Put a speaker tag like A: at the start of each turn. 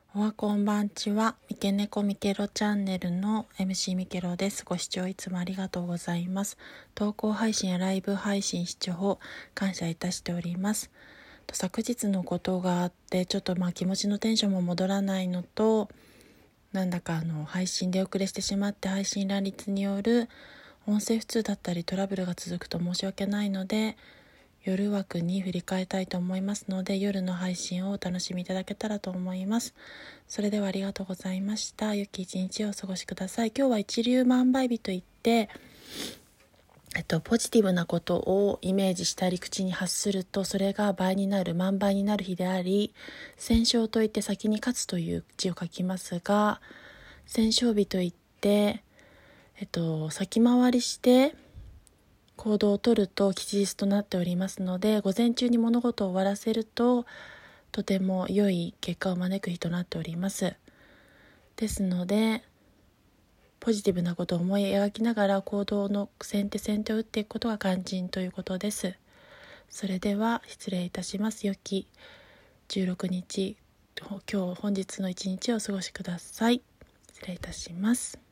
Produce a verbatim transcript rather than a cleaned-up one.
A: おはこんばんちは。みけねこみけろチャンネルの エムシー みけろです。ご視聴いつもありがとうございます。投稿配信やライブ配信視聴感謝いたしております。昨日のことがあってちょっとまあ気持ちのテンションも戻らないのと、なんだかあの配信で遅れしてしまって配信乱立による音声不通だったりトラブルが続くと申し訳ないので、夜枠に振り返りたいと思いますので、夜の配信をお楽しみいただけたらと思います。それではありがとうございました。良き一日をお過ごしください。今日は一粒万倍日といって、えっと、ポジティブなことをイメージしたり口に発するとそれが倍になる、万倍になる日であり、戦勝といって先に勝つという字を書きますが、戦勝日といって、えっと、先回りして行動をとると吉日となっておりますので、午前中に物事を終わらせるととても良い結果を招く日となっております。ですので、ポジティブなことを思い描きながら行動の先手先手を打っていくことが肝心ということです。それでは失礼いたします。良きじゅうろくにち、今日本日の一日をお過ごしください。失礼いたします。